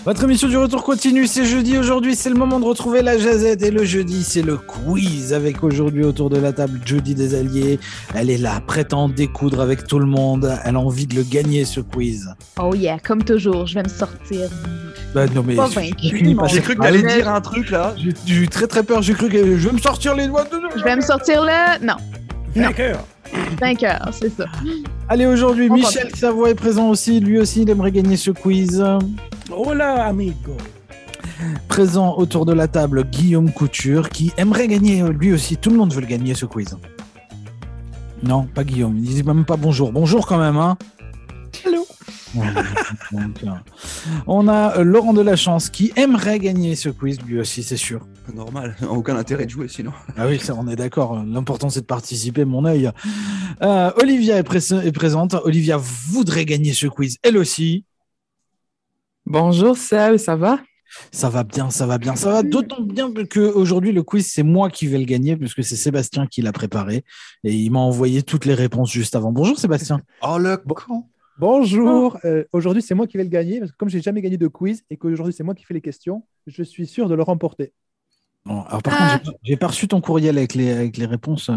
Votre émission du retour continue, c'est jeudi. Aujourd'hui, c'est le moment de retrouver la jazette. Et le jeudi, c'est le quiz. Avec aujourd'hui autour de la table Jody des Alliés. Elle est là, prête à en découdre avec tout le monde. Elle a envie de le gagner, ce quiz. Oh yeah, comme toujours, je vais me sortir. Bah non, mais Pas vaincu. J'ai cru que t'allais dire un truc là. J'ai eu très très peur. J'ai cru que je vais me sortir les doigts. Je vais me sortir là. Non. Vainqueur. Vainqueur, c'est ça. Allez, aujourd'hui, Michel Savoie est présent aussi. Lui aussi, il aimerait gagner ce quiz. Hola, amigo. Présent autour de la table, Guillaume Couture, qui aimerait gagner lui aussi. Tout le monde veut le gagner, ce quiz. Non, pas Guillaume. Il dit même pas bonjour. Bonjour quand même, hein. Hello. On a Laurent Delachance qui aimerait gagner ce quiz, lui aussi, c'est sûr. Normal, aucun intérêt de jouer sinon. Ah oui, ça, on est d'accord. L'important, c'est de participer, mon œil. Olivia est présente. Olivia voudrait gagner ce quiz, elle aussi. Bonjour Seb, ça va? Ça va bien, ça va bien. Ça va d'autant bien qu'aujourd'hui, le quiz, c'est moi qui vais le gagner puisque c'est Sébastien qui l'a préparé et il m'a envoyé toutes les réponses juste avant. Bonjour Sébastien. Oh le con. Bonjour. Aujourd'hui, c'est moi qui vais le gagner parce que comme j'ai jamais gagné de quiz et qu'aujourd'hui, c'est moi qui fais les questions, je suis sûr de le remporter. Bon, alors par contre, j'ai pas reçu ton courriel avec les réponses.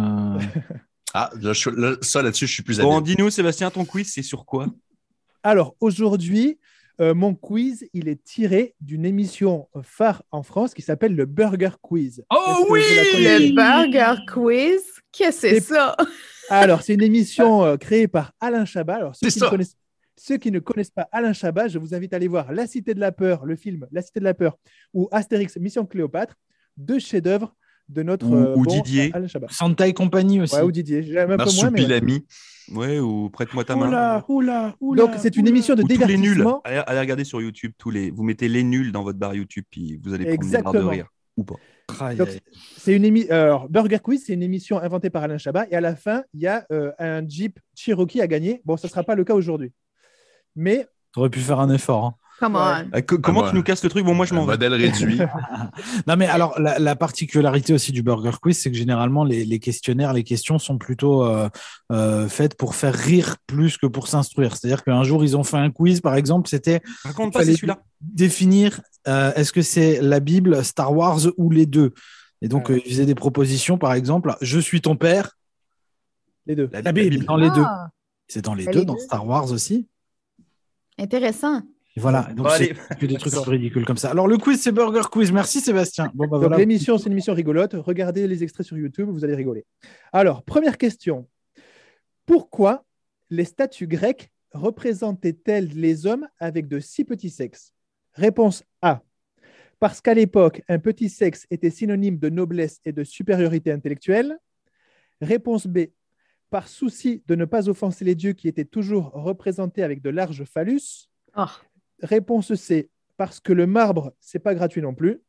Ah, ça là-dessus, je suis plus habile. Bon, dis-nous Sébastien, ton quiz, c'est sur quoi? Alors, aujourd'hui, mon quiz, il est tiré d'une émission phare en France qui s'appelle le Burger Quiz. Oh oui! Le Burger Quiz? Qu'est-ce que c'est ça? Alors, c'est une émission créée par Alain Chabat. Alors, ceux qui ne connaissent pas Alain Chabat, je vous invite à aller voir La Cité de la Peur, le film La Cité de la Peur, ou Astérix Mission Cléopâtre, deux chefs-d'œuvre de notre ou bon Didier. Alain Chabat. Santa et compagnie aussi. Ouais, ou Didier. J'aime un peu moins, mais... Marsupilami. Ouais, ou prête-moi ta main. Oula. Donc, c'est une émission de Ou tous les nuls. divertissement. Allez regarder sur YouTube, vous mettez les nuls dans votre barre YouTube, puis vous allez prendre des barres de Exactement. rire. Ou pas. Donc, c'est alors, Burger Quiz, c'est une émission inventée par Alain Chabat. Et à la fin, il y a un Jeep Cherokee à gagner. Bon, ça ne sera pas le cas aujourd'hui. Mais... Tu aurais pu faire un effort. Hein. Come on. Comment tu nous casses le truc? Bon, moi, je m'en vais. Modèle réduit. Non, mais alors, la particularité aussi du Burger Quiz, c'est que généralement, les questionnaires, les questions sont plutôt faites pour faire rire plus que pour s'instruire. C'est-à-dire qu'un jour, ils ont fait un quiz, par exemple, c'était... Raconte pas, c'est celui-là. Définir, est-ce que c'est la Bible, Star Wars ou les deux? Et donc, ils faisaient des propositions, par exemple, je suis ton père. Les deux. La Bible. Dans les deux. Ah, C'est dans les les deux, deux. dans Star Wars aussi. Intéressant. Et voilà, donc Bon, c'est allez. que des trucs ridicules comme ça. Alors, le quiz, c'est Burger Quiz. Merci Sébastien. Bon, bah, Donc, voilà. l'émission, c'est une émission rigolote. Regardez les extraits sur YouTube, vous allez rigoler. Alors, première question. Pourquoi les statues grecques représentaient-elles les hommes avec de si petits sexes? Réponse A. Parce qu'à l'époque, un petit sexe était synonyme de noblesse et de supériorité intellectuelle. Réponse B. Par souci de ne pas offenser les dieux qui étaient toujours représentés avec de larges phallus. Oh. Réponse C. Parce que le marbre, c'est pas gratuit non plus.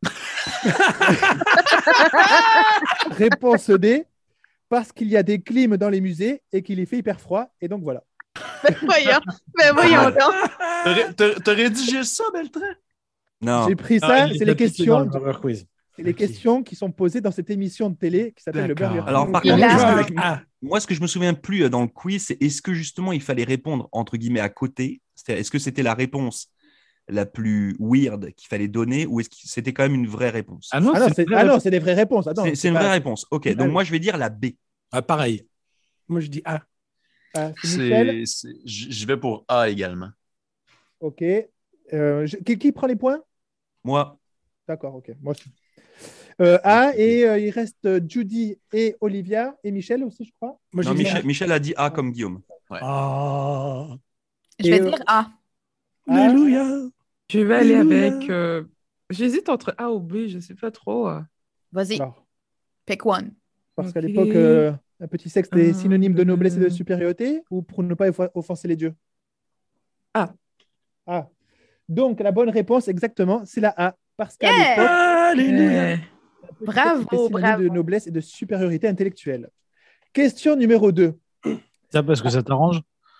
Réponse D. Parce qu'il y a des clims dans les musées et qu'il y fait hyper froid. Et donc voilà. Voyons donc. T'as rédigé ça, Beltran? Non. J'ai pris Ah, ça, il c'est est les appliqué questions. dans le Burger Quiz. C'est les questions qui sont posées dans cette émission de télé qui s'appelle le D'accord. Burger. Alors, par Il contre, a- moi, ce que je me souviens plus dans le quiz, c'est est-ce que justement il fallait répondre entre guillemets à côté? C'est-à-dire, est-ce que c'était la réponse la plus weird qu'il fallait donner ou est-ce que c'était quand même une vraie réponse? Ah non, c'est des vraies réponses. Attends, C'est une pas- vraie réponse. Ok, Ah donc oui. moi je vais dire la B. pareil. Moi, je dis A. C'est Michel. Je vais pour A également. Ok. Qui prend les points? Moi, D'accord, ok. Moi aussi. A, et il reste Judy et Olivia et Michel aussi, je crois. Moi, non, j'ai dit Michel a dit A comme Guillaume. Ah. Je vais Et, dire A. Alléluia. Je vais aller Alléluia. avec... J'hésite entre A ou B, je ne sais pas trop. Vas-y, Alors, pick one. parce qu'à Ok. l'époque, un petit sexe était synonyme de noblesse et de supériorité ou pour ne pas offenser les dieux? A. A. Donc, la bonne réponse, exactement, c'est la A. Parce qu'à Yeah! l'époque, Alléluia. un petit Bravo, sexe était synonyme bravo. de noblesse et de supériorité intellectuelle. Question numéro 2. Ça, parce que ça t'arrange?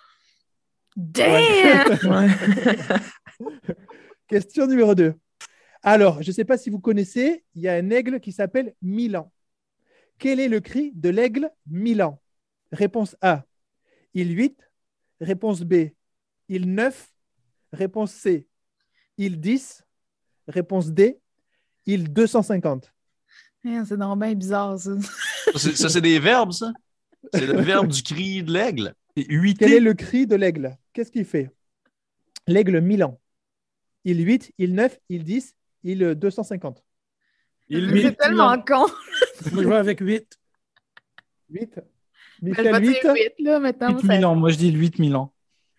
Damn! Ouais. Question numéro 2. Alors, je ne sais pas si vous connaissez, il y a un aigle qui s'appelle Milan. Quel est le cri de l'aigle Milan? Réponse A, il 8. Réponse B, il 9. Réponse C, il 10. Réponse D, île 250. C'est normal bizarre, ça. Ça, c'est des verbes, ça? C'est le verbe du cri de l'aigle. Et 8 Quel est le cri de l'aigle? Qu'est-ce qu'il fait? L'aigle Milan. Île 8, île 9, île 10, île 250. C'est tellement con. Moi, je vais avec 8. 8. Je Michel, vais 8. dire 8, là, maintenant. 8000 ans, moi je dis 8000 ans.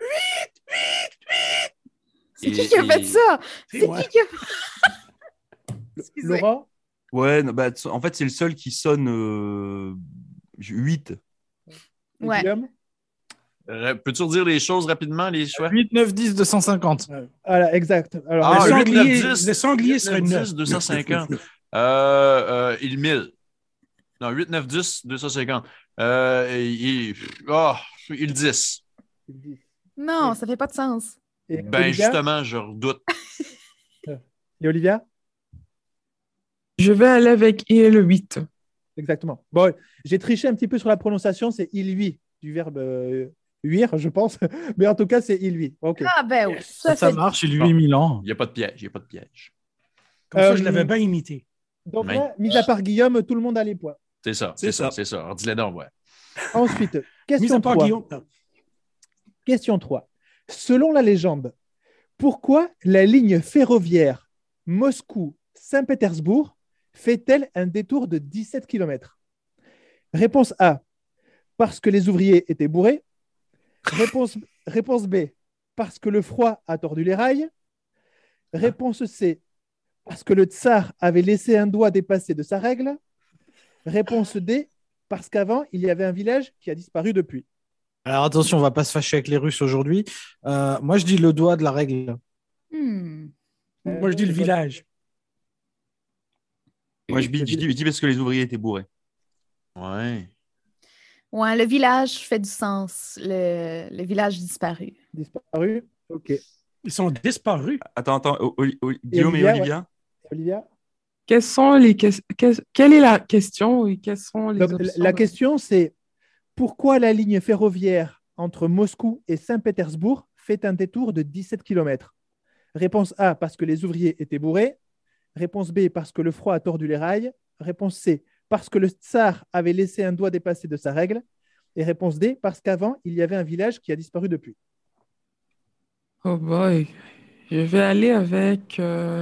C'est qui a fait ça? C'est moi. qui a fait Excusez. Laurent? Ouais, non, bah, en fait, c'est le seul qui sonne 8. Et Ouais. Guillaume? Peux-tu redire les choses rapidement, les choix? 8, 9, 10, 250. Voilà, exact. Alors, Ah, le 8, 9, sanglier, 10. le sanglier serait 8, 9, 9. 10, 250. Il 1000. Non, 8, 9, 10, 250. Il 10. Non, ça fait pas de sens. Et Ben, Olivia? justement, je redoute. Et Olivia? Je vais aller avec il 8. Exactement. Bon, j'ai triché un petit peu sur la prononciation, c'est il lui, du verbe huire, je pense. Mais en tout cas, c'est il lui. OK. Ah, ben oui. Ça fait- marche, c'est 8000 ans. Il n'y a pas de piège. Il n'y a pas de piège. Comme ça, je l'avais bien imité. Donc Mais- là, mis à part Guillaume, tout le monde a les points. C'est ça. C'est ça. C'est ça. Alors, dis-le donc, ouais. Ensuite, Mis question à part 3. Guillaume. Non. Question 3. Selon la légende, pourquoi la ligne ferroviaire Moscou-Saint-Pétersbourg fait-elle un détour de 17 km? Réponse A, parce que les ouvriers étaient bourrés. Réponse B, parce que le froid a tordu les rails. Réponse C, parce que le tsar avait laissé un doigt dépasser de sa règle. Réponse D, parce qu'avant, il y avait un village qui a disparu depuis. Alors attention, on va pas se fâcher avec les Russes aujourd'hui. Moi je dis le doigt de la règle. Hmm. Moi, je dis le village. Moi, je dis parce que les ouvriers étaient bourrés. Ouais. Ouais, le village fait du sens. Le village disparu. Disparu. OK. Ils sont disparus. Attends, Guillaume et Olivia, Olivia. Olivia? Quelles sont les quelle est la question et quelles sont les Donc, options? la question, c'est pourquoi la ligne ferroviaire entre Moscou et Saint-Pétersbourg fait un détour de 17 km? Réponse A, parce que les ouvriers étaient bourrés. Réponse B, parce que le froid a tordu les rails. Réponse C, parce que le tsar avait laissé un doigt dépasser de sa règle. Et réponse D, parce qu'avant, il y avait un village qui a disparu depuis. Oh boy. Je vais aller avec...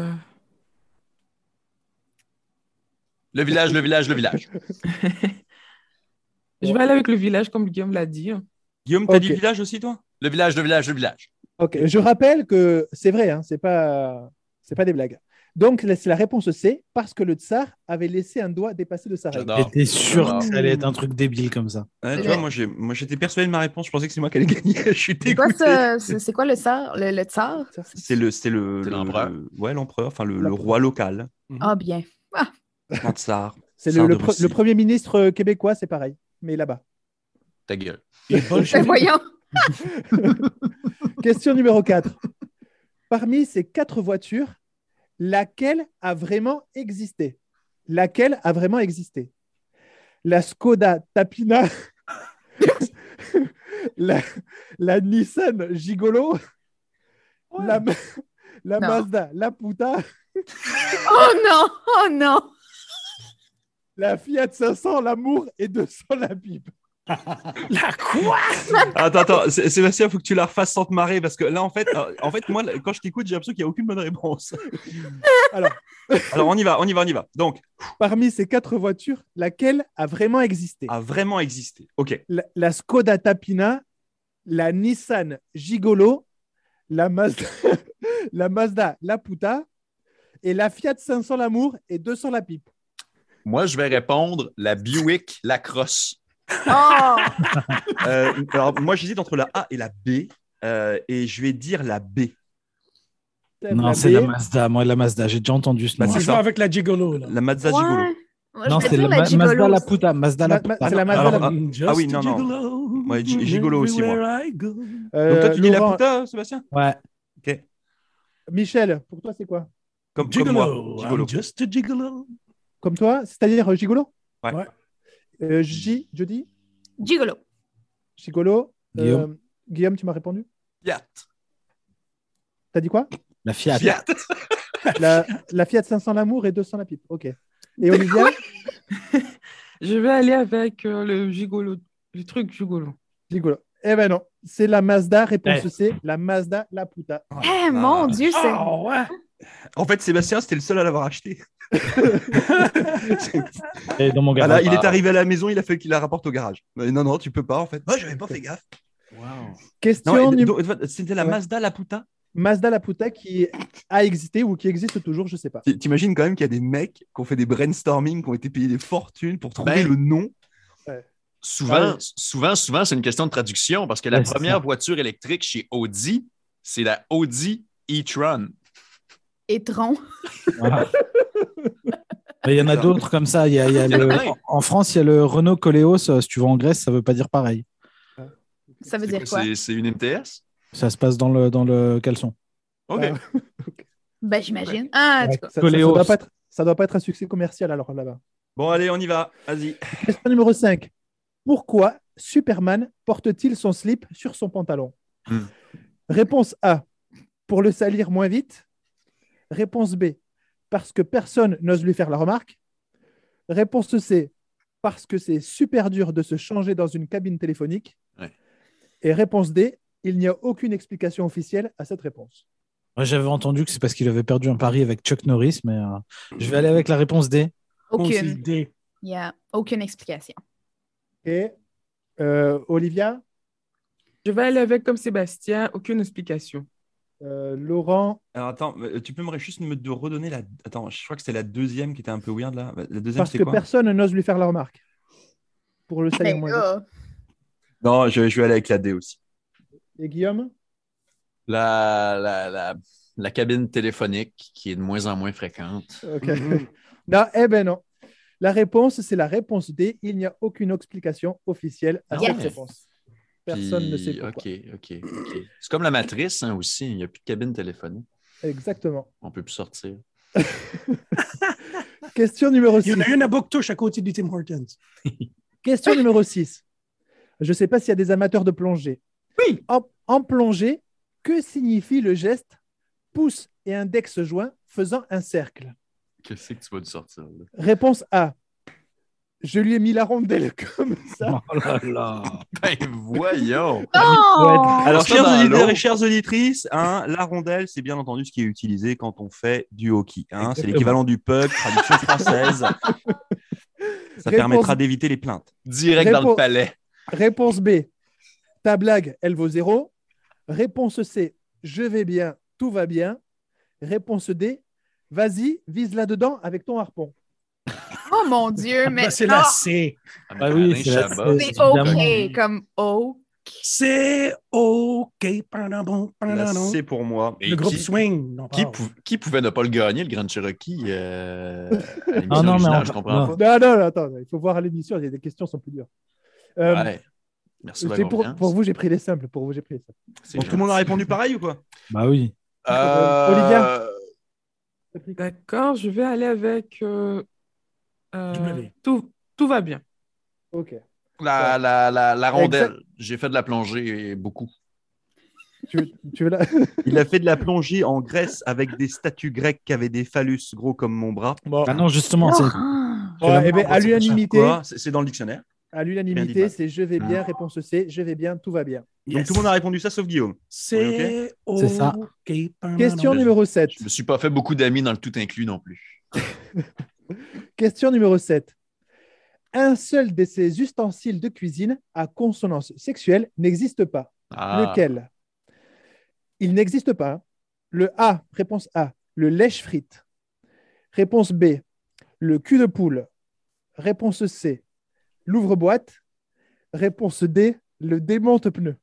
Le village. Je vais aller avec le village, comme Guillaume l'a dit. Guillaume, t'as Ok. dit village aussi, toi? Le village. Ok, je rappelle que c'est vrai, hein, c'est pas des blagues. Donc, c'est la réponse C, parce que le tsar avait laissé un doigt dépasser de sa règle. J'adore. J'étais sûr Ah. que ça allait être un truc débile comme ça. Ouais, tu Ouais. vois, moi, j'étais persuadé de ma réponse. Je pensais que c'est moi qui allais gagner. Je suis C'est quoi dégoûté. ça? C'est quoi le tsar? Le tsar? C'est l'empereur. Ouais, l'empereur, enfin le roi local. Ah, bien. Un tsar. C'est Tsar le de Russie. premier ministre québécois, c'est pareil, mais là-bas. Ta gueule. Les Ben, bolcheviks. voyons. Question numéro 4. Parmi ces 4 voitures, laquelle a vraiment existé? Laquelle a vraiment existé? La Skoda Tapina, la Nissan Gigolo, la Non. Mazda Laputa, Oh non! Oh non! la Fiat 500 l'Amour et 200 la pipe. La quoi? Attends, Sébastien, il faut que tu la refasses sans te marrer parce que là, en fait, moi, quand je t'écoute, j'ai l'impression qu'il n'y a aucune bonne réponse. Alors, Alors, on y va. Donc, parmi ces 4 voitures, laquelle a vraiment existé? a vraiment existé. Ok. La Skoda Tapina, la Nissan Gigolo, la Mazda, la Mazda Laputa et la Fiat 500 l'Amour et 200 la pipe. Moi, je vais répondre la Buick Lacrosse. Oh! Alors, moi, j'hésite entre la A et la B et je vais dire la B. Non, c'est la Mazda. Moi, la Mazda. J'ai déjà entendu ce Bah, nom. Moi, c'est je vais ça. avec la Gigolo. Là. La Mazda Gigolo. Ouais. Moi, Non, je vais c'est dire la la Mazda gigolo. la puta. Mazda la puta. c'est la Mazda Alors, Laputa. ah oui, non, non. Gigolo. Ouais, Gigolo aussi, moi. Everywhere I go. Donc, toi, tu dis la Laurent, puta, Sébastien? Ouais. Ok. Michel, pour toi, c'est quoi? Comme Gigolo. moi. Gigolo. I'm just a gigolo. Comme toi, c'est-à-dire Gigolo? Ouais. Ouais. Je dis Gigolo. Gigolo. Guillaume. Guillaume, tu m'as répondu? Fiat. T'as dit quoi? La Fiat. Fiat. La Fiat 500 l'amour et 200 la pipe. OK. Et Olivia? Je vais aller avec le gigolo, le truc gigolo. Rigolo. Eh ben non, c'est la Mazda. Réponse Eh. C, la Mazda la puta. Eh, mon Dieu, c'est. Ah ouais. En fait, Sébastien, c'était le seul à l'avoir acheté. Et dans mon Voilà, garage. il est arrivé à la maison, il a fallu qu'il la rapporte au garage. Mais non, tu peux pas en fait. Moi, j'avais pas fait gaffe. Question Non, numéro... c'était la Ouais. Mazda la puta. Mazda la puta qui a existé ou qui existe toujours, je sais pas. T'imagines quand même qu'il y a des mecs qui ont fait des brainstorming, qui ont été payés des fortunes pour trouver Ben, le nom. Souvent, Ouais. souvent, c'est une question de traduction parce que la Ouais, c'est première ça. voiture électrique chez Audi, c'est la Audi e-tron. Et tronc. Voilà. Mais il y en a d'autres comme ça. Il y a Il y en a le... plein. En France, il y a le Renault Coleos. Si tu vas en Grèce, ça veut pas dire pareil. Ça veut C'est dire quoi? C'est une MTS? Ça se passe dans le caleçon. OK. Ah, Ben, j'imagine. Ah, en ouais, tout cas. ça Coléos. doit pas être un succès commercial alors là-bas. Bon, allez, on y va. Vas-y. Question numéro 5. Pourquoi Superman porte-t-il son slip sur son pantalon? Hmm. Réponse A, pour le salir moins vite. Réponse B, parce que personne n'ose lui faire la remarque. Réponse C, parce que c'est super dur de se changer dans une cabine téléphonique. Ouais. Et réponse D, il n'y a aucune explication officielle à cette réponse. Moi, j'avais entendu que c'est parce qu'il avait perdu un pari avec Chuck Norris, mais je vais aller avec la réponse D. Aucune. D. Il n'y a aucune explication. Et Olivia, Je vais aller avec comme Sébastien, aucune explication. Laurent, Alors attends, tu peux juste me redonner la. Attends, je crois que c'était la deuxième qui était un peu weird là. La deuxième, parce c'était que quoi? personne n'ose lui faire la remarque. Pour le salir Ben moins vite. là, Non, je vais aller avec la D aussi. Et Guillaume? La cabine téléphonique qui est de moins en moins fréquente. Ok. Non, eh ben non. La réponse, c'est la réponse D. Il n'y a aucune explication officielle à Ah cette ouais. réponse. Personne ne sait Puis, pourquoi. OK. C'est comme la matrice hein, aussi. Il n'y a plus de cabine téléphonique. Exactement. On ne peut plus sortir. Question numéro Il 6. y en a une à Bouctouche à côté du Tim Hortons. Question numéro 6. Je ne sais pas s'il y a des amateurs de plongée. Oui. En plongée, que signifie le geste pouce et index joint faisant un cercle? Qu'est-ce que tu vas nous sortir? Là? Réponse A. Je lui ai mis la rondelle comme ça. Oh là là. Ben voyons! non! Alors, ça chers dans auditeurs l'eau. et chères auditrices, hein, la rondelle, c'est bien entendu ce qui est utilisé quand on fait du hockey. Hein. C'est Exactement. l'équivalent du puck, traduction française. Ça Réponse- permettra d'éviter les plaintes. Direct dans le Réponse- palais. Réponse B. Ta blague, elle vaut 0. Réponse C. Je vais bien, tout va bien. Réponse D. Vas-y, vise là-dedans avec ton harpon. Oh mon Dieu, mais C'est non, la C. Ah, Bah ben, oui, Alain c'est la- Chabat. c'est évidemment. OK, comme O. C'est OK. Là, c'est pour moi. Et Le groupe qui- Swing. dont on Qui, parle. qui pouvait ne pas le gagner, le Grand Cherokee, à l'émission Ah non, mais originale? on- Je comprends non. pas. Non, attends, il faut voir à l'émission, il y a des questions qui sont plus dures. Ouais. Merci de la C'est confiance. pour vous, j'ai pris les simples. Pour vous, j'ai pris les simples. C'est Donc, tout le monde a gentil. répondu pareil ou quoi? Bah oui. Olivia? D'accord, je vais aller avec W. tout va bien. Ok. La rondelle. J'ai fait de la plongée beaucoup. Tu veux la... Il a fait de la plongée en Grèce avec des statues grecques qui avaient des phallus gros comme mon bras. Bon. Ah non, justement, c'est. Ah. Ouais, eh ben, à l'unanimité, Quoi? C'est dans le dictionnaire. à Rien dit l'unanimité, mal. c'est je vais bien. Réponse C, je vais bien, tout va bien. Donc tout le monde a répondu ça sauf Guillaume. C'est C'est ça. OK. Question numéro 7. Je me suis pas fait beaucoup d'amis dans le tout inclus non plus. Question numéro 7. Un seul de ces ustensiles de cuisine à consonance sexuelle n'existe pas. Ah. Lequel? Il n'existe pas. Le A, réponse A, le lèche-frite. Réponse B, le cul de poule. Réponse C, l'ouvre-boîte. Réponse D, le démonte-pneu.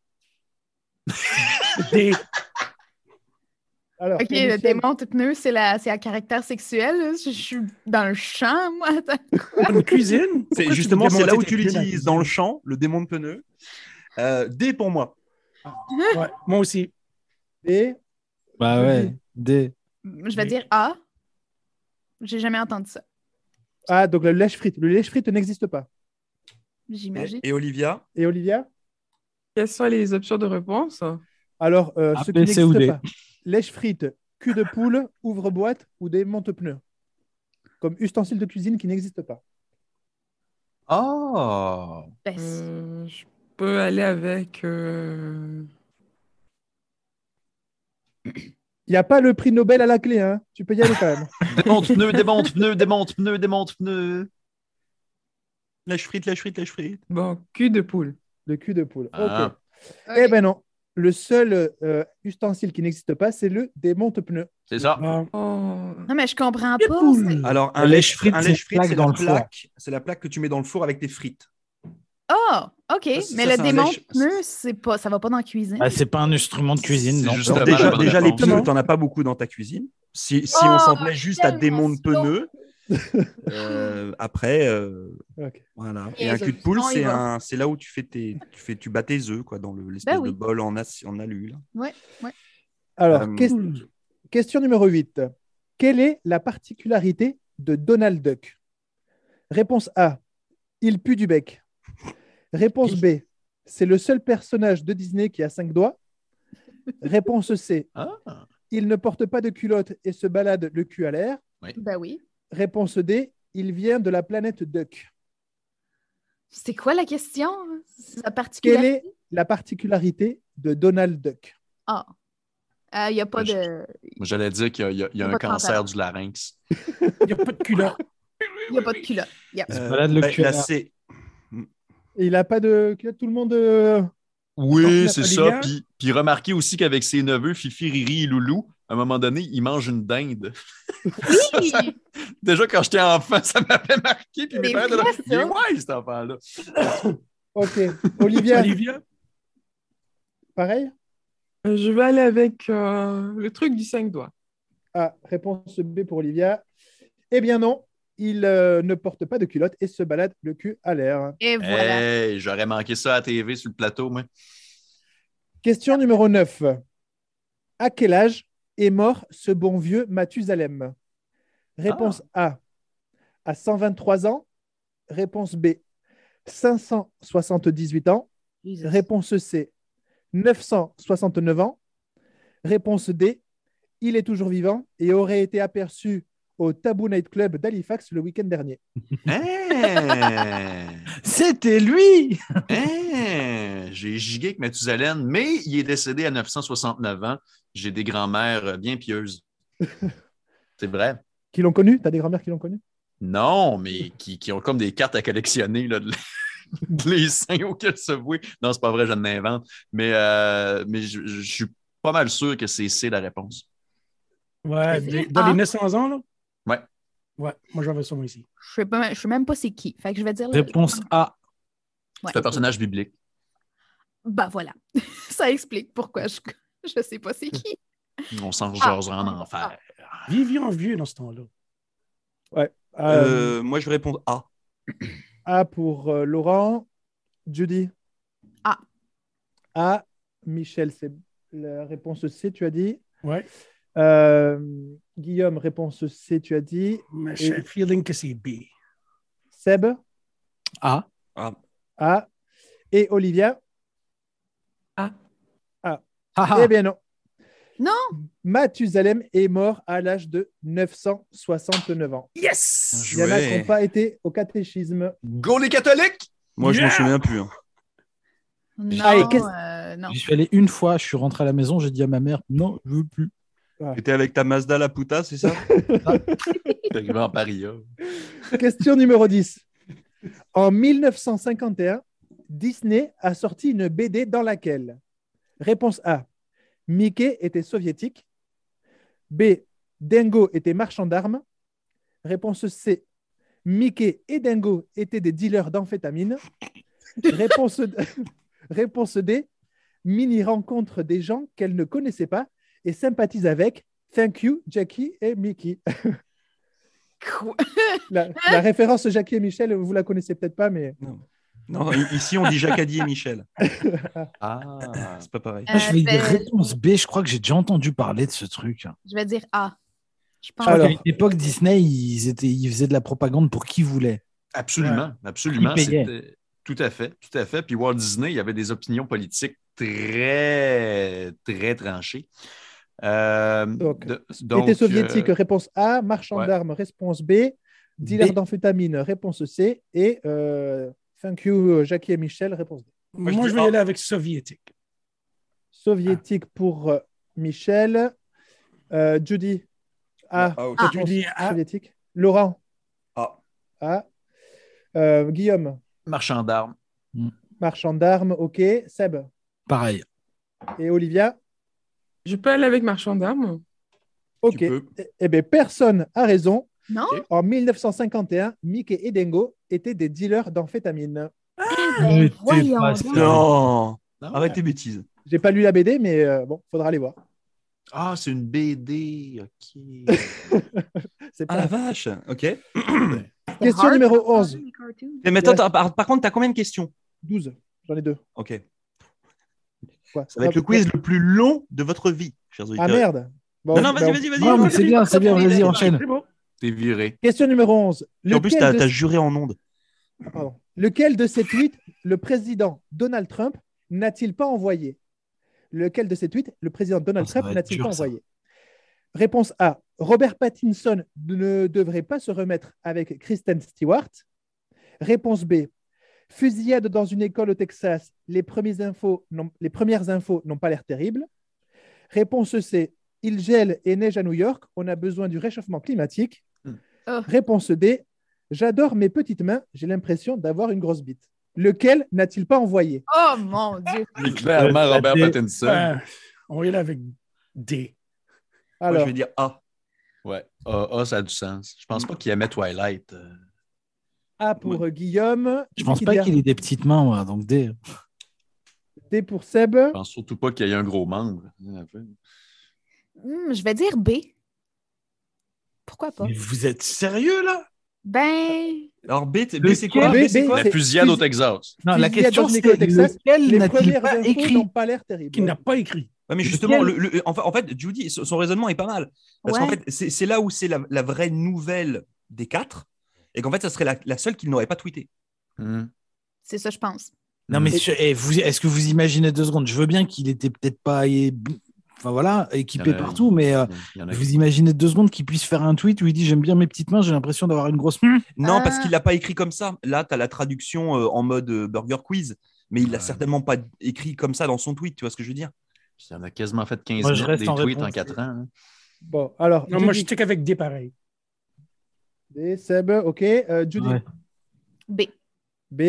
D. Alors, OK, pour le Michel, démonte-pneu, c'est à caractère sexuel. Là. Je suis dans le champ, moi. Attends. Une cuisine. Pourquoi C'est tu justement veux c'est là où démonter tu tes pneus l'utilises dans le champ, le démon de pneu. D pour moi. Ouais, moi aussi. et Bah Je ouais. dis. D. Je vais dire A. J'ai jamais entendu ça, Ah, donc le lèche-frite. Le lèche-frite n'existe pas. j'imagine. Et Olivia? Et Olivia? Quelles sont les options de réponse? Alors, A, ce B, qui C ou n'existe D. pas. Lèche-frite cul de poule, ouvre-boîte ou démonte-pneus. Comme ustensile de cuisine qui n'existe pas. Ah! Ben, Je peux aller avec. Il n'y a pas le prix Nobel à la clé, hein. Tu peux y aller quand même. Démonte-pneu, démonte-pneu, démonte-pneu, démonte-pneu. Lâche frite, lâche frite, lâche frite. Bon, cul de poule. Le cul de poule. Ah. Ok. Eh ben non. Le seul ustensile qui n'existe pas, c'est le démonte-pneus. C'est ça. Ah, Oh. Non, mais je comprends les pas. poules. Alors, Un lèche-frite, c'est une plaque c'est dans la le four. plaque. C'est la plaque que tu mets dans le four avec tes frites. Oh, OK. Ça, Mais ça, le c'est un démonte-pneu, c'est pas, ça va pas dans la cuisine. Bah, c'est pas un instrument de cuisine, C'est non. juste Alors, la bonne déjà les réponse. pneus, t'en as pas beaucoup dans ta cuisine. Si Oh, on s'en tenait juste à tellement démonte pneus, après, Ok. voilà. Et Et un les cul de autres, poule, on y va. c'est là où tu bats tes œufs, quoi, dans l'espèce Ben oui. de bol en alu, là. Ouais. Alors, Euh, question numéro 8. Quelle est la particularité de Donald Duck? Réponse A. Il pue du bec. Réponse B. C'est le seul personnage de Disney qui a 5 doigts. Réponse C. Ah. Il ne porte pas de culotte et se balade le cul à l'air. Ben oui. Réponse D. Il vient de la planète Duck. C'est quoi la question? Sa Quelle particularité? est la particularité de Donald Duck? Ah. Il n'y a pas de... Moi, j'allais dire qu'il y a Pas un de cancer pantalon. du larynx. Il n'y a pas de culotte. Il n'y a pas de culotte. Yep. balade le cul à là, l'air. c'est Et il n'a pas de culotte, tout le monde. Oui, Donc, c'est Olivia? ça. Puis remarquez aussi qu'avec ses neveux, Fifi, Riri et Loulou, à un moment donné, ils mangent une dinde. Oui! Déjà, quand j'étais enfant, ça m'avait marqué. Puis mes C'est parents étaient là, vrai, il est ça. ouais, cet enfant-là. Ok. Olivia, Olivia? pareil? Je vais aller avec le truc du 5 doigts. Ah, réponse B pour Olivia. Eh bien non, il ne porte pas de culotte et se balade le cul à l'air. Et voilà. Hey, j'aurais manqué ça à la TV sur le plateau, moi. Question numéro 9. À quel âge est mort ce bon vieux Mathusalem? Réponse A, à 123 ans. Réponse B, 578 ans. Jesus. Réponse C, 969 ans. Réponse D, il est toujours vivant et aurait été aperçu au Taboo Night Club d'Halifax le week-end dernier. Hein? C'était lui! Hein? J'ai gigué avec Mathusalem, mais il est décédé à 969 ans. J'ai des grands-mères bien pieuses. C'est vrai. Qui l'ont connu? T'as des grand-mères qui l'ont connu? Non, mais qui ont comme des cartes à collectionner, là, les saints auxquels se vouer. Non, c'est pas vrai, je l'invente. Mais je suis pas mal sûr que c'est C la réponse. Ouais, dans Ah. les 900 ans, là? Ouais. Ouais, moi j'avais ça moi ici. Je sais même pas c'est qui. Fait que je vais dire... Réponse A. Ouais. C'est un personnage biblique. Ben voilà. Ça explique pourquoi je sais pas c'est qui. On s'en jasera en enfer. Vivian vieux dans ce temps-là. Ouais. moi, je vais répondre A. A pour Laurent. Judy? A. A. Michel, c'est la réponse C, tu as dit. Ouais. Guillaume, réponse C, tu as dit. Mais j'ai un feeling que c'est B. Seb? A. A. A. Et Olivia? A. A. Haha. Eh bien non. Non. Mathusalem est mort à l'âge de 969 ans. Yes! Il y en a qui n'ont pas été au catéchisme. Go les catholiques! Moi, je m'en Yeah! souviens plus. Hein. Non. Allez, non. J'y suis allé une fois, je suis rentré à la maison, j'ai dit à ma mère, non, je veux plus. T'étais avec ta Mazda la puta, c'est ça? T'es arrivé en paria. Question numéro 10. En 1951, Disney a sorti une BD dans laquelle réponse A, Mickey était soviétique. B, Dingo était marchand d'armes. Réponse C, Mickey et Dingo étaient des dealers d'amphétamines. Réponse D, Minnie rencontre des gens qu'elle ne connaissait pas et sympathise avec. Thank you, Jackie et Mickey. Quoi? La référence Jackie et Michel, vous la connaissez peut-être pas, mais Non, ici, on dit Jacadi et Michel. Ah. C'est pas pareil. Moi, je vais dire ben, réponse B, je crois que j'ai déjà entendu parler de ce truc. Je vais dire A. Je pense. Je crois Alors. qu'à une époque, Disney, ils faisaient de la propagande pour qui voulait. Absolument, absolument. Il payait. C'était- Tout à fait, tout à fait. Puis Walt Disney, il y avait des opinions politiques très, très tranchées. Était soviétique, réponse A. Marchand ouais. d'armes, réponse B. Dealer B. d'amphétamine, réponse C. Et thank you, Jackie et Michel, réponse D. Moi, je vais y aller avec soviétique. Soviétique pour Michel. Judy, A. Ah, Toi, ok. tu dis A. Soviétique. Laurent, Ah. A. Guillaume, Marchand d'armes. marchand d'armes, ok. Seb Pareil. et Olivia, Je peux aller avec marchand d'armes. ok. Tu peux. Eh bien, personne a raison. Non? En 1951, Mickey et Dingo étaient des dealers d'amphétamine. Ben, Mais t'es voyons pas donc. sérieux. Non. Non? Arrête tes bêtises. J'ai pas lu la BD, mais bon, faudra aller voir. Ah, c'est une BD. OK. C'est Ah pas... la vache. Ok. Question Hard numéro to 11. find les cartoons. Mais attends, par contre, t'as combien de questions? 12. J'en ai 2. Ok. Quoi Ça va être le quiz le plus long de votre vie, chers auditeurs. Ah merde. Bon, Non, non, ben, vas-y. Non, mais c'est bien, vas-y, enchaîne. C'est bon. T'es viré. Question numéro 11. Et en plus, Lequel t'as de... juré en ondes. Pardon. Lequel de ces tweets le président Donald Trump n'a-t-il pas envoyé? Lequel de ces tweets le président Donald Ça Trump va être n'a-t-il dur, pas ça. envoyé? Réponse A. Robert Pattinson ne devrait pas se remettre avec Kristen Stewart. Réponse B. Fusillade dans une école au Texas. Les premières infos n'ont pas l'air terribles. Réponse C. Il gèle et neige à New York. On a besoin du réchauffement climatique. Oh. Réponse D. J'adore mes petites mains. J'ai l'impression d'avoir une grosse bite. Lequel n'a-t-il pas envoyé? Oh mon Dieu. Il est clairement Robert D. Pattinson. On va y aller avec D. Moi, Alors, je vais dire A. Ouais. Ça a du sens. Je pense pas qu'il aimait Twilight. A pour Guillaume. Je pense Qui pas dit A? qu'il ait des petites mains, moi, donc D. D pour Seb. Je pense surtout pas qu'il y ait un gros membre. Je vais dire B. Pourquoi pas? Mais vous êtes sérieux, là? Ben, Alors B, c'est Lequel quoi? B, B, c'est B, quoi? La fusillade au Texas. Non, la Fusillade question dans une c'est école au Texas, lequel Les n'a-t-il premières pas infos écrit? n'ont pas l'air terribles. Qui n'a pas écrit. Ouais, mais justement, Lequel en fait, Judy, son raisonnement est pas mal. Parce Ouais. qu'en fait, c'est là où c'est la vraie nouvelle des quatre. Et qu'en fait, ça serait la seule qu'il n'aurait pas tweeté. c'est ça, je pense. Non, mais est-ce que vous imaginez 2 secondes? Je veux bien qu'il était peut-être pas enfin, voilà, équipé Il y en a- partout, mais Il y en a vous imaginez 2 secondes qu'il puisse faire un tweet où il dit j'aime bien mes petites mains, j'ai l'impression d'avoir une grosse main. Non, parce Ah. qu'il l'a pas écrit comme ça. Là, tu as la traduction en mode Burger Quiz. Mais il l'a certainement pas écrit comme ça dans son tweet. Tu vois ce que je veux dire? Ça en a quasiment fait 15 Moi, je minutes reste des en tweets en réponse. 4 ans. hein. Bon, alors, Non, moi, je Judy. check avec D pareil. D, Seb, ok. Judy. Ouais. B. B.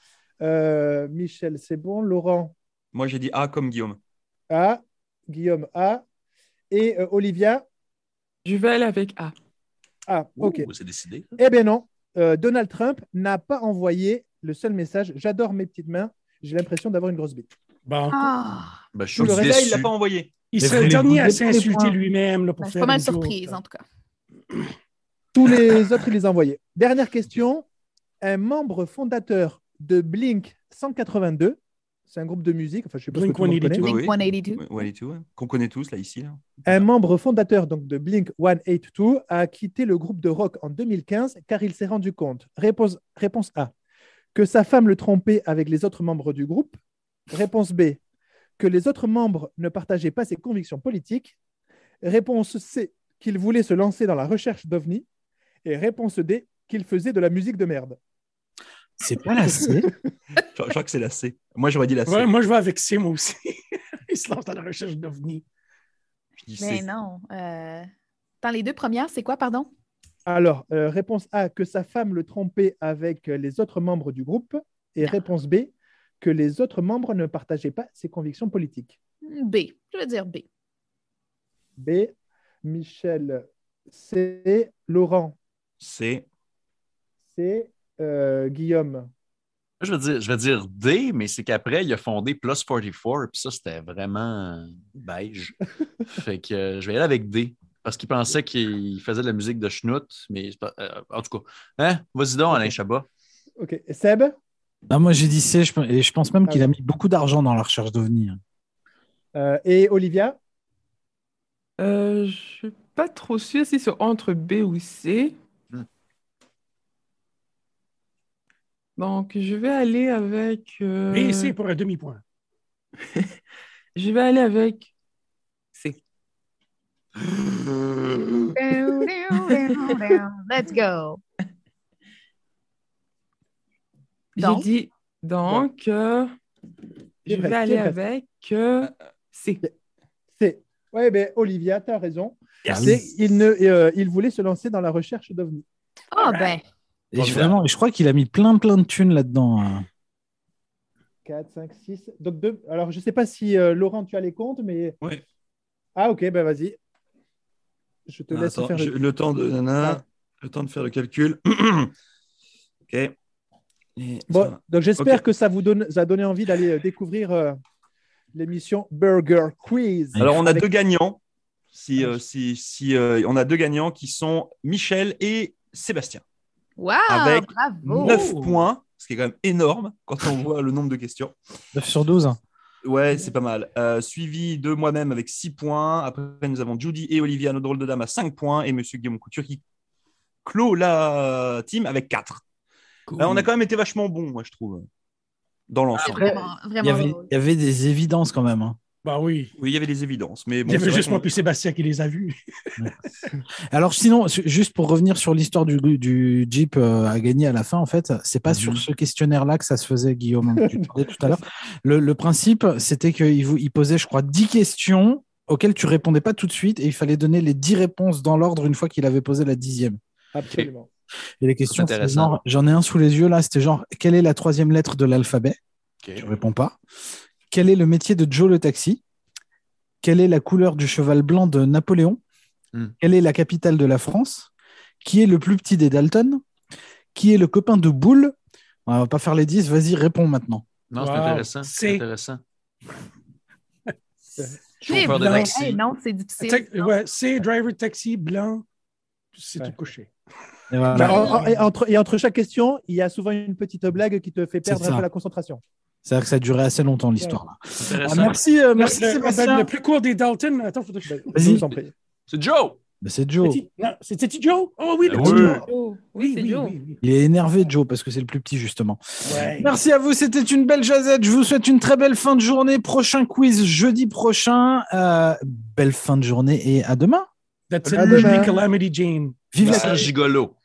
Michel, c'est bon. Laurent, Moi, j'ai dit A comme Guillaume. A. Guillaume, A. Et Olivia, Je vais aller avec A. A. Ok. C'est décidé. Eh bien non, Donald Trump n'a pas envoyé le seul message. J'adore mes petites mains. J'ai l'impression d'avoir une grosse bite. Bon. Ah. Ben, je Tout suis le reste, Là, il déçu. l'a pas envoyé. Il Mais serait vous le dernier voulez à pas les s'insulter points. lui-même là, pour Ben, je suis faire pas mal une joke. surprise, en tout cas. Tous les autres, il les a envoyés. Dernière question. Un membre fondateur de Blink 182, c'est un groupe de musique, enfin je sais pas Blink ce que tout le monde 182. connaît. Oui, Blink oui. 182. Ouais, 182, ouais. Qu'on connaît tous, là, ici. Là. Un membre fondateur donc, de Blink 182 a quitté le groupe de rock en 2015 car il s'est rendu compte. Réponse A. Que sa femme le trompait avec les autres membres du groupe. Réponse B. Que les autres membres ne partageaient pas ses convictions politiques. Réponse C. Qu'il voulait se lancer dans la recherche d'OVNI. Et réponse D. Qu'il faisait de la musique de merde. C'est pas la C. Je crois que c'est la C. Moi, j'aurais dit la C. Ouais, moi, je vais avec C, moi aussi. Il se lance dans la recherche d'OVNI. Je dis Mais C. non. Dans les 2 premières, c'est quoi, pardon? Alors, réponse A. Que sa femme le trompait avec les autres membres du groupe. Et Non. réponse B. Que les autres membres ne partageaient pas ses convictions politiques. B. Je vais dire B. B. Michel, C. Laurent, C. C. Guillaume. Je vais dire D, mais c'est qu'après, il a fondé Plus 44, puis ça, c'était vraiment beige. Fait que je vais y aller avec D, parce qu'il pensait qu'il faisait de la musique de schnout, mais c'est pas, en tout cas. Hein? Vas-y donc, Alain Chabat. OK. Seb? Ah, moi, j'ai dit C, et je pense même qu'il Ah a ouais. mis beaucoup d'argent dans la recherche d'OVNI. Et Olivia? Je suis pas trop sûre si c'est entre B ou C. Donc, je vais aller avec. B et C pour un demi-point. Je vais aller avec C. Let's go. J'ai Donc? dit, donc, je vais aller avec C. C'est. Ouais, mais Olivia, tu as raison. Yes. Il voulait se lancer dans la recherche d'OVNI. Ah, ben. Et vraiment, je crois qu'il a mis plein de thunes là-dedans. 4, 5, 6. Donc, alors, je ne sais pas si Laurent, tu as les comptes, mais. Ouais. Ah, ok, ben vas-y. Je te laisse Attends, faire le temps de le temps de faire le calcul. Ok. Et Bon, ça va. donc j'espère Ok. que ça a donné envie d'aller découvrir l'émission Burger Quiz. Alors, on a Avec- deux gagnants. On a deux gagnants qui sont Michel et Sébastien. Wow, Avec bravo. 9 points, ce qui est quand même énorme quand on voit le nombre de questions. 9 sur 12. Ouais, c'est pas mal. Suivi de moi-même avec 6 points. Après, nous avons Judy et Olivia, nos drôles de dames, à 5 points. Et Monsieur Guillaume Couture qui clôt la team avec 4. Cool. On a quand même été vachement bons, moi, je trouve, dans l'ensemble. Vraiment, Il y, vraiment avait, drôle. il y avait des évidences quand même. Hein. Bah oui. Oui, il y avait des évidences. Mais bon, Il y c'est avait vrai juste qu'on- moi puis Sébastien qui les a vus. Alors sinon, juste pour revenir sur l'histoire du Jeep à gagner à la fin, en fait, c'est pas sur ce questionnaire-là que ça se faisait, Guillaume, que tu parlais tout à l'heure. Le principe, c'était qu'il posait, je crois, 10 questions auxquelles tu répondais pas tout de suite et il fallait donner les 10 réponses dans l'ordre une fois qu'il avait posé la 10e. Absolument. Et les questions, C'est c'était intéressant. genre, j'en ai un sous les yeux là, c'était genre, quelle est la 3e lettre de l'alphabet? Ok. Tu réponds pas. Quel est le métier de Joe le taxi? Quelle est la couleur du cheval blanc de Napoléon? Quelle est la capitale de la France? Qui est le plus petit des Dalton? Qui est le copain de Boule? On va pas faire les 10, vas-y, réponds maintenant. Non, c'est Wow. intéressant. C'est- C'est intéressant. C'est Chauffeur de blanc. taxi. Hey, non, c'est difficile. Ouais, c'est driver de taxi blanc. C'est Ouais. tout couché. Et voilà. Bah, et entre chaque question, il y a souvent une petite blague qui te fait perdre ça. un peu la concentration. C'est-à-dire que ça a duré assez longtemps l'histoire. Là. Intéressant. Merci, merci le Sébastien. plus court des Dalton. Attends, faudrait que je... Je Vas-y. vous en prie. C'est Joe! Ben, c'est Joe. Non, c'était Joe? Oh oui, Ah le oui. petit Joe. Oh, Oui, c'est oui, Joe. oui, oui. Il est énervé, Joe, parce que c'est le plus petit, justement. Ouais. Merci à vous, c'était une belle jazette. Je vous souhaite une très belle fin de journée. Prochain quiz jeudi prochain. Belle fin de journée et à demain. That's À it, demain. Calamity Jane. Vive la Message gigolo.